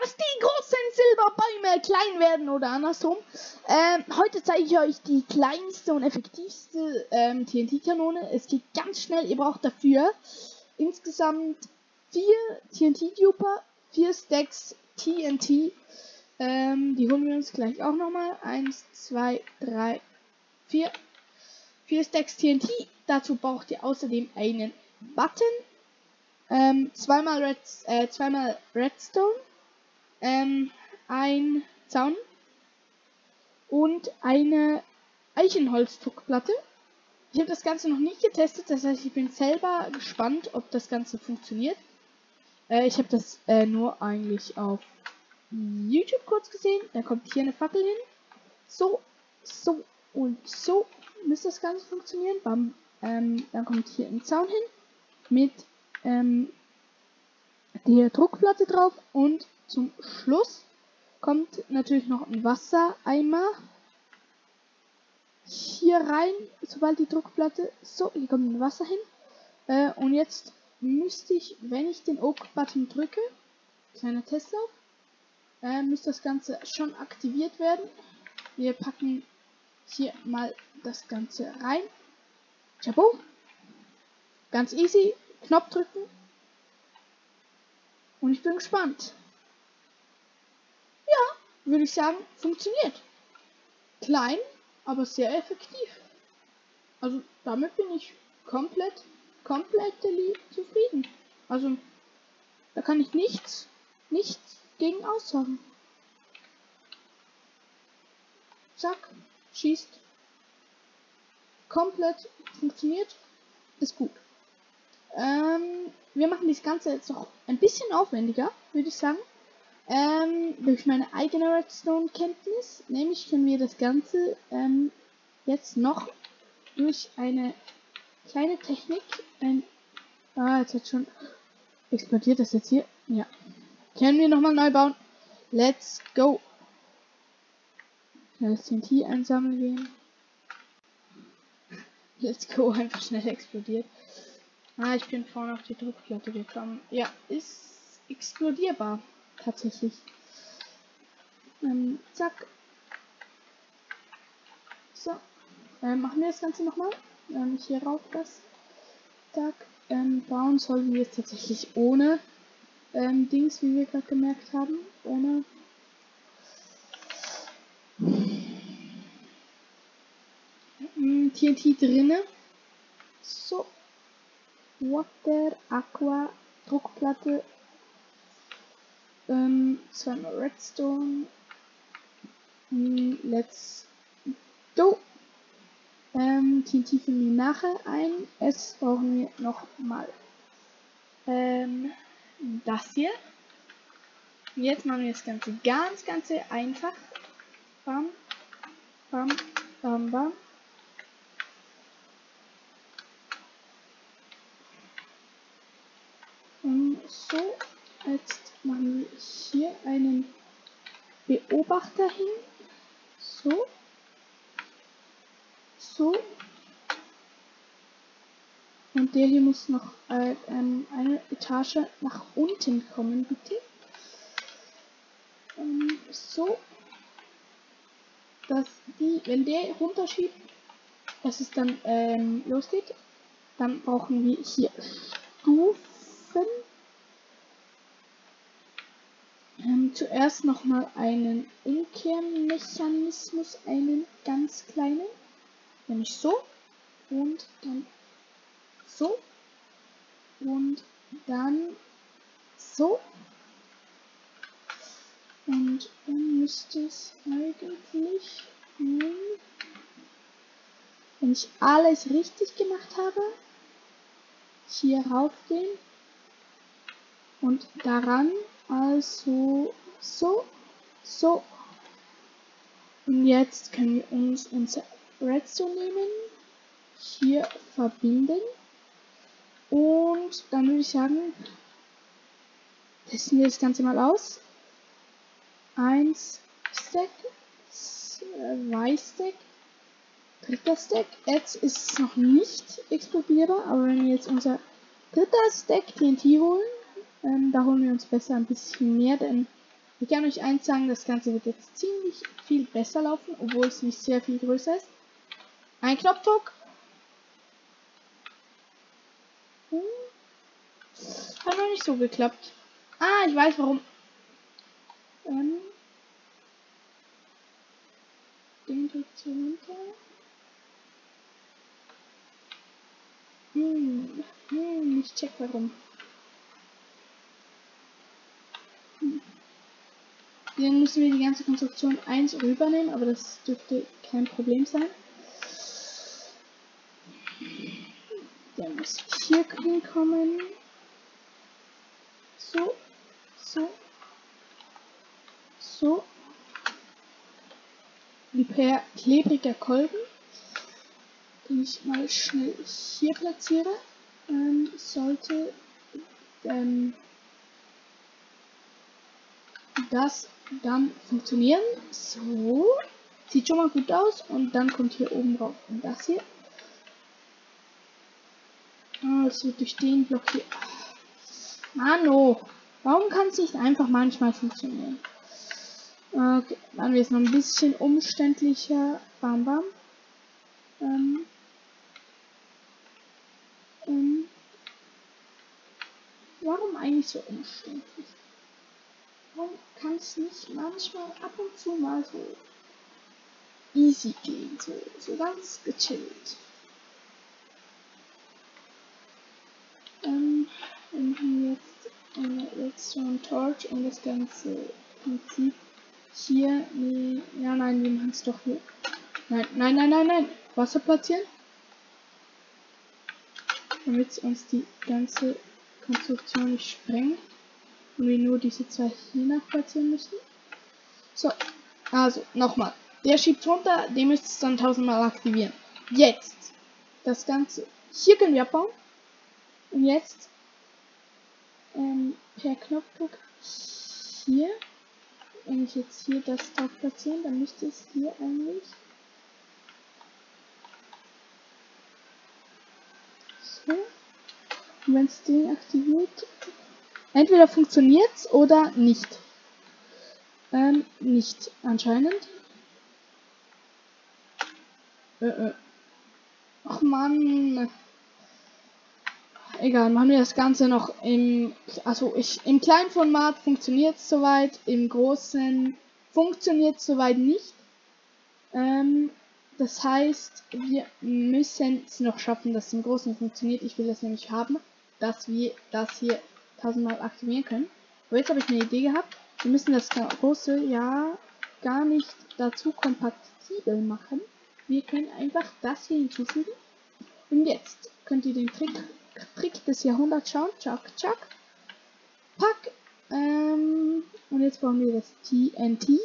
dass die großen Silberbäume klein werden oder andersrum. Heute zeige ich euch die kleinste und effektivste TNT-Kanone. Es geht ganz schnell. Ihr braucht dafür insgesamt 4 TNT-Duper, 4 Stacks TNT. Die holen wir uns gleich auch nochmal. 1, 2, 3, 4. 4 Stacks TNT. Dazu braucht ihr außerdem einen Button. Zweimal Redstone, ein Zaun und eine Eichenholzdruckplatte. Ich habe das Ganze noch nicht getestet, das heißt, ich bin selber gespannt, ob das Ganze funktioniert. Ich habe das nur eigentlich auf YouTube kurz gesehen. Da kommt hier eine Fackel hin. So, so und so müsste das Ganze funktionieren. Bam. Dann kommt hier ein Zaun hin mit die Druckplatte drauf und zum Schluss kommt natürlich noch ein Wassereimer hier rein, sobald die Druckplatte, so, hier kommt ein Wasser hin und jetzt müsste ich, wenn ich den OK-Button drücke, kleiner Testlauf, müsste das Ganze schon aktiviert werden. Wir packen hier mal das Ganze rein. Chapeau. Ganz easy, Knopf drücken. Und ich bin gespannt. Ja, würde ich sagen, funktioniert. Klein, aber sehr effektiv. Also damit bin ich komplett zufrieden. Also da kann ich nichts gegen aussagen. Zack, schießt. Komplett funktioniert. Ist gut. Wir machen das Ganze jetzt noch ein bisschen aufwendiger, würde ich sagen. Durch meine eigene Redstone-Kenntnis. Nämlich können wir das Ganze jetzt noch durch eine kleine Technik. Jetzt hat schon explodiert das jetzt hier. Ja. Können wir nochmal neu bauen. Let's go. Schnell das TNT einsammeln gehen. Let's go, einfach schnell explodiert. Ich bin vorne auf die Druckplatte gekommen. Ja, ist explodierbar. Tatsächlich. Zack. So. Machen wir das Ganze nochmal. Hier rauf das. Zack. Bauen sollen wir jetzt tatsächlich ohne Dings, wie wir gerade gemerkt haben. Ohne TNT drinne. So. Water, Aqua, Druckplatte, zweimal Redstone. Let's go. TNT finden wir nachher ein. Jetzt brauchen wir noch mal das hier. Und jetzt machen wir das Ganze ganz einfach. Bam, bam, bam, bam. So, jetzt machen wir hier einen Beobachter hin. So. So. Und der hier muss noch eine Etage nach unten kommen, bitte. So. Dass die, wenn der runterschiebt, dass es dann losgeht. Dann brauchen wir hier Stufen. Zuerst nochmal einen Umkehrmechanismus, einen ganz kleinen, nämlich so und dann so und dann so und dann müsste es eigentlich, wenn ich alles richtig gemacht habe, hier raufgehen und daran, also so. Und jetzt können wir uns unser Redstone nehmen, hier verbinden und dann würde ich sagen, testen wir das Ganze mal aus. 1 Stack, 2 Stack, 3. Stack. Jetzt ist es noch nicht explodierbar, aber wenn wir jetzt unser 3. Stack TNT holen, da holen wir uns besser ein bisschen mehr, denn Ich kann euch eins sagen, das Ganze wird jetzt ziemlich viel besser laufen, obwohl es nicht sehr viel größer ist. Ein Knopfdruck. Hat noch nicht so geklappt. Ah, ich weiß warum. Den drückt hier runter. Ich check warum. Dann müssen wir die ganze Konstruktion 1 rübernehmen, aber das dürfte kein Problem sein. Der muss hier hinkommen. So. So. So. Wie per klebriger Kolben, den ich mal schnell hier platziere, sollte das dann funktionieren. So. Sieht schon mal gut aus. Und dann kommt hier oben drauf das hier. Es wird durch den Block hier. Mano, warum kann es nicht einfach manchmal funktionieren? Okay, machen wir es noch ein bisschen umständlicher. Bam, bam. Warum eigentlich so umständlich? Warum kann es nicht manchmal ab und zu mal so easy gehen? So ganz gechillt. Wir haben jetzt eine Redstone Torch und das ganze Prinzip hier. Nee, ja, nein, wir machen es doch hier. Nein. Wasser platzieren. Damit uns die ganze Konstruktion nicht sprengt. Und wir nur diese zwei hier nach platzieren müssen. So, also nochmal. Der schiebt runter, den müsst ihr dann 1000-mal aktivieren. Jetzt das Ganze. Hier können wir abbauen. Und jetzt per Knopfdruck hier. Wenn ich jetzt hier das drauf platzieren, dann müsste es hier eigentlich so. Und wenn es den aktiviert, entweder funktioniert es oder nicht. Nicht anscheinend. Ach Mann. Egal, machen wir das Ganze noch im kleinen Format funktioniert es soweit, im großen funktioniert es soweit nicht. Das heißt, wir müssen es noch schaffen, dass es im großen funktioniert. Ich will das nämlich haben, dass wir das hier 1000-mal aktivieren können. Aber jetzt habe ich eine Idee gehabt. Wir müssen das große ja gar nicht dazu kompatibel machen. Wir können einfach das hier hinzufügen. Und jetzt könnt ihr den Trick des Jahrhunderts schauen. Chuck. Pack. Und jetzt brauchen wir das TNT.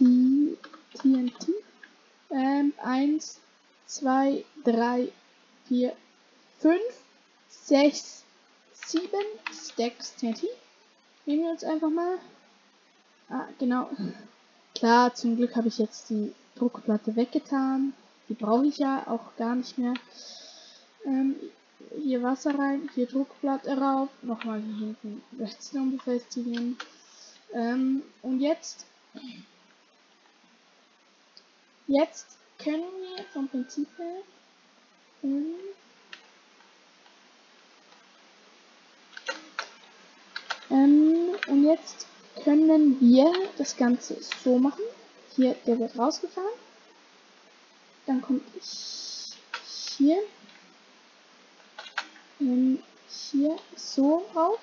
1, 2, 3, 4, 5, 6, 7 Stacks TNT. Nehmen wir uns einfach mal. Ah, genau. Klar, zum Glück habe ich jetzt die Druckplatte weggetan. Die brauche ich ja auch gar nicht mehr. Hier Wasser rein, hier Druckplatte rauf, nochmal hier hinten Redstone befestigen. Und jetzt können wir vom Prinzip her und jetzt können wir das Ganze so machen. Hier, der wird rausgefahren. Dann kommt hier hier so rauf.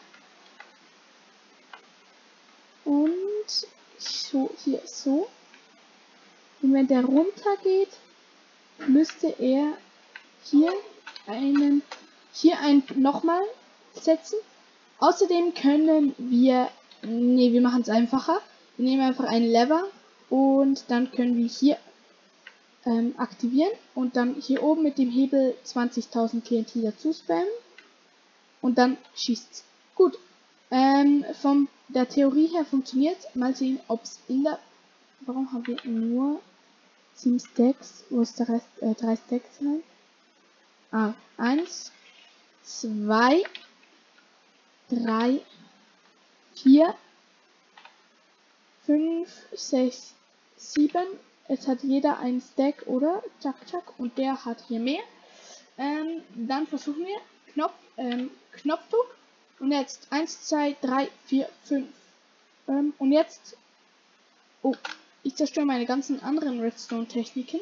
Und so hier so. Und wenn der runter geht, müsste er hier einen nochmal setzen. Außerdem können wir machen es einfacher. Wir nehmen einfach einen Lever und dann können wir hier aktivieren und dann hier oben mit dem Hebel 20.000 TNT dazu spammen und dann schießt's. Gut. Von der Theorie her funktioniert. Mal sehen, ob es in der. Warum haben wir nur 7 Stacks? Wo ist der Rest? 3 Stacks rein. 1, 2, 3, 4, 5, 6, 7. Es hat jeder ein Stack, oder? Zack, zack. Und der hat hier mehr. Dann versuchen wir Knopfdruck. Und jetzt 1, 2, 3, 4, 5. Und jetzt. Oh, ich zerstöre meine ganzen anderen Redstone-Techniken.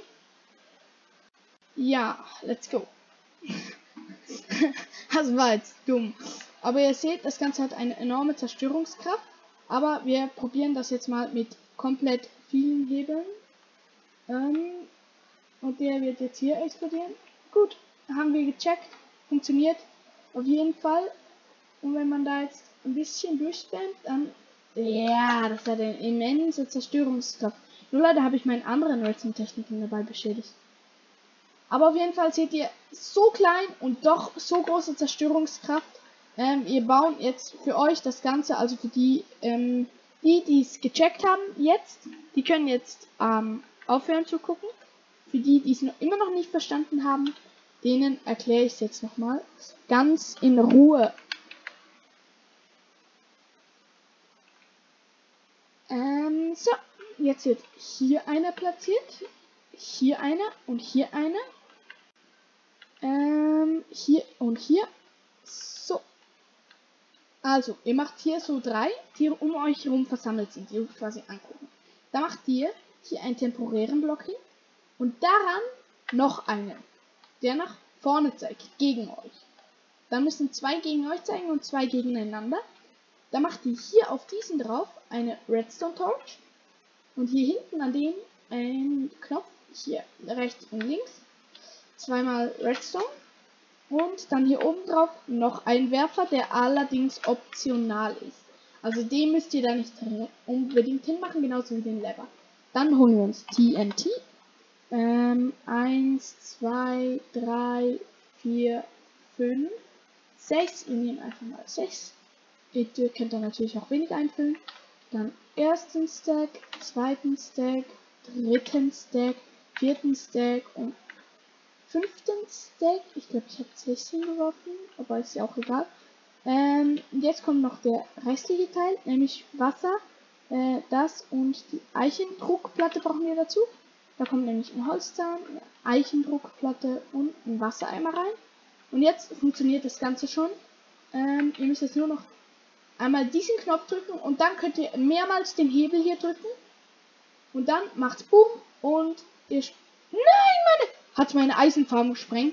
Ja, let's go. Das war jetzt dumm. Aber ihr seht, das Ganze hat eine enorme Zerstörungskraft. Aber wir probieren das jetzt mal mit komplett vielen Hebeln. Und der wird jetzt hier explodieren. Gut, haben wir gecheckt. Funktioniert auf jeden Fall. Und wenn man da jetzt ein bisschen durchspammt, dann... Ja, das hat eine immense Zerstörungskraft. Nur leider habe ich meinen anderen Redstone-Techniken dabei beschädigt. Aber auf jeden Fall seht ihr, so klein und doch so große Zerstörungskraft. Wir bauen jetzt für euch das Ganze, also für die, die es gecheckt haben jetzt, die können jetzt aufhören zu gucken. Für die, die es immer noch nicht verstanden haben, denen erkläre ich es jetzt nochmal ganz in Ruhe. So, jetzt wird hier einer platziert, hier einer und hier einer. Hier und hier. So. Also, ihr macht hier so 3, die um euch herum versammelt sind, die euch quasi angucken. Da macht ihr hier einen temporären Block hin und daran noch einen, der nach vorne zeigt, gegen euch. Dann müssen 2 gegen euch zeigen und 2 gegeneinander. Da macht ihr hier auf diesen drauf eine Redstone Torch und hier hinten an dem einen Knopf, hier rechts und links, zweimal Redstone. Und dann hier oben drauf noch ein Werfer, der allerdings optional ist. Also den müsst ihr da nicht unbedingt hinmachen, genauso wie den Lever. Dann holen wir uns TNT. 1, 2, 3, 4, 5, 6. Wir nehmen einfach mal 6. Ihr könnt dann natürlich auch wenig einfüllen. Dann ersten Stack, zweiten Stack, dritten Stack, vierten Stack und 5. Stack. Ich glaube, ich habe 16 geworfen, aber ist ja auch egal. Jetzt kommt noch der restliche Teil, nämlich Wasser. Das und die Eichendruckplatte brauchen wir dazu. Da kommt nämlich ein Holzzahn, eine Eichendruckplatte und ein Wassereimer rein. Und jetzt funktioniert das Ganze schon. Ihr müsst jetzt nur noch einmal diesen Knopf drücken und dann könnt ihr mehrmals den Hebel hier drücken. Und dann macht's Boom und ihr... Nein, hat meine Eisenfarm gesprengt.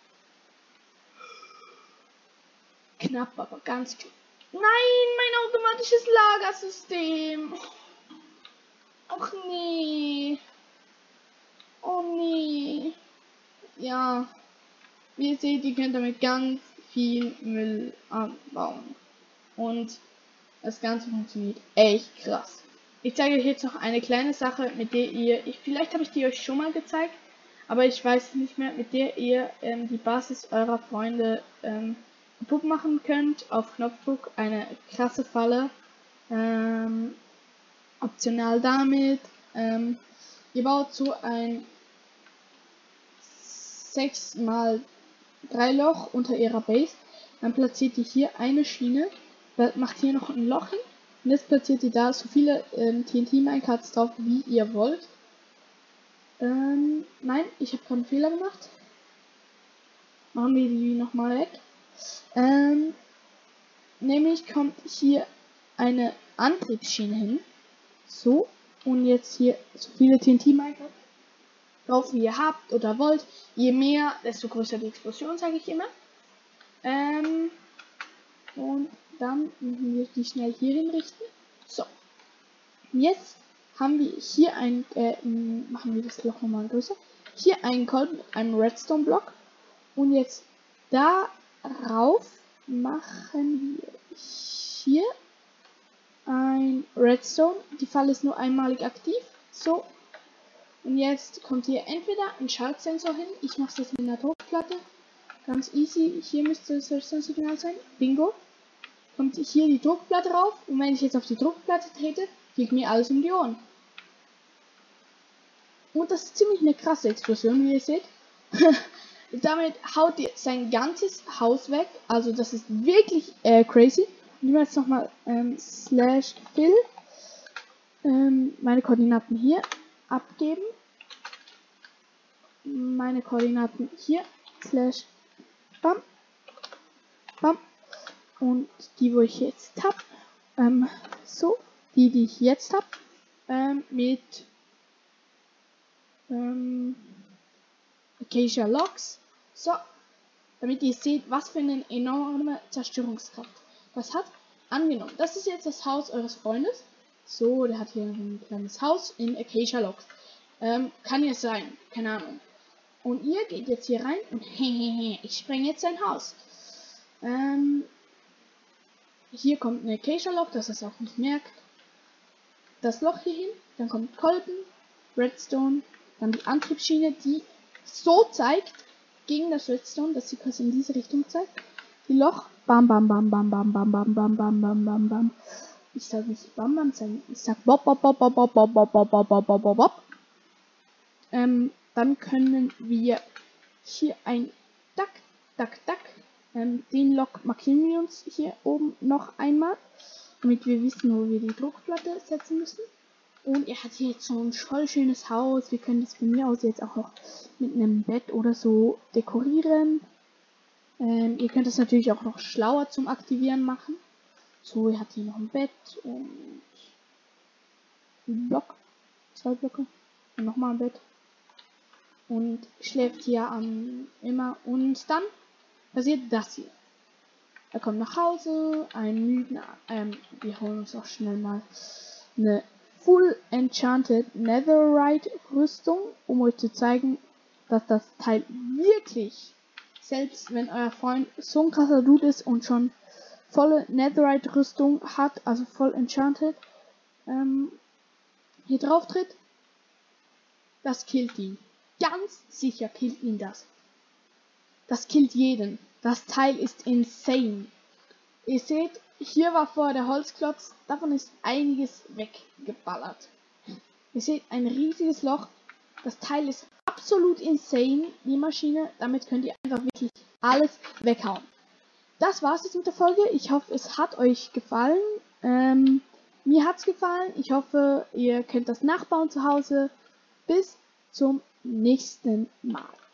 Knapp, aber ganz knapp. Nein, mein automatisches Lagersystem. Och nee. Oh nee. Ja. Wie ihr seht, ihr könnt damit ganz viel Müll anbauen. Und das Ganze funktioniert echt krass. Ich zeige euch jetzt noch eine kleine Sache, mit der ihr... Vielleicht habe ich die euch schon mal gezeigt. Aber ich weiß nicht mehr, mit der ihr die Basis eurer Freunde kaputt machen könnt. Auf Knopfdruck eine krasse Falle. Optional damit. Ihr baut so ein 6x3 Loch unter ihrer Base. Dann platziert ihr hier eine Schiene. Macht hier noch ein Loch hin. Und jetzt platziert ihr da so viele TNT-Minecarts drauf, wie ihr wollt. Nein, ich habe gerade einen Fehler gemacht. Machen wir die nochmal weg. Nämlich kommt hier eine Antriebsschiene hin. So. Und jetzt hier so viele TNT-Minecraft drauf, wie ihr habt oder wollt. Je mehr, desto größer die Explosion, sage ich immer. Und dann müssen wir die schnell hier hinrichten. So. Jetzt haben wir hier machen wir das Loch nochmal größer. Hier einen Redstone-Block. Und jetzt darauf machen wir hier ein Redstone. Die Falle ist nur einmalig aktiv. So. Und jetzt kommt hier entweder ein Schaltsensor hin. Ich mache es jetzt mit einer Druckplatte. Ganz easy. Hier müsste das Redstone-Signal sein. Bingo. Kommt hier die Druckplatte rauf. Und wenn ich jetzt auf die Druckplatte trete, fliegt mir alles um die Ohren. Und das ist ziemlich eine krasse Explosion, wie ihr seht. Damit haut ihr sein ganzes Haus weg. Also das ist wirklich crazy. Nehmen wir jetzt nochmal /Fill meine Koordinaten hier abgeben. Meine Koordinaten hier, slash, bam, bam. Und die, wo ich jetzt habe, so, die ich jetzt habe, mit Acacia Logs. So, damit ihr seht, was für eine enorme Zerstörungskraft das hat. Angenommen, das ist jetzt das Haus eures Freundes. So, der hat hier ein kleines Haus in Acacia Logs. Kann ja sein, keine Ahnung. Und ihr geht jetzt hier rein und hehehe, ich sprenge jetzt sein Haus. Hier kommt eine Acacia Log, dass es auch nicht merkt. Das Loch hier hin, dann kommt Kolben, Redstone, dann die Antriebsschiene, die so zeigt gegen das Redstone, dass sie quasi in diese Richtung zeigt. Die Loch, bam bam bam bam bam bam bam bam bam bam bam bam. Ich sag nicht bam bam sein, ich sag bop bop bop bop bop bop bop bop bop bop bop bop. Dann können wir hier ein Duck, Duck, Duck. Den Lock markieren wir uns hier oben noch einmal, damit wir wissen, wo wir die Druckplatte setzen müssen. Und er hat hier jetzt so ein voll schönes Haus. Wir können das von mir aus jetzt auch noch mit einem Bett oder so dekorieren. Ihr könnt das natürlich auch noch schlauer zum Aktivieren machen. So, er hat hier noch ein Bett und einen Block, 2 Blöcke und nochmal ein Bett. Und schläft hier immer. Und dann passiert das hier. Er kommt nach Hause, einen müden, wir holen uns auch schnell mal eine Full Enchanted Netherite Rüstung, um euch zu zeigen, dass das Teil wirklich, selbst wenn euer Freund so ein krasser Dude ist und schon volle Netherite Rüstung hat, also voll Enchanted, hier drauf tritt, das killt ihn. Ganz sicher killt ihn das. Das killt jeden. Das Teil ist insane. Ihr seht, hier war vorher der Holzklotz, davon ist einiges weggeballert. Ihr seht ein riesiges Loch. Das Teil ist absolut insane, die Maschine. Damit könnt ihr einfach wirklich alles weghauen. Das war's jetzt mit der Folge. Ich hoffe, es hat euch gefallen. Mir hat's gefallen. Ich hoffe, ihr könnt das nachbauen zu Hause. Bis zum nächsten Mal.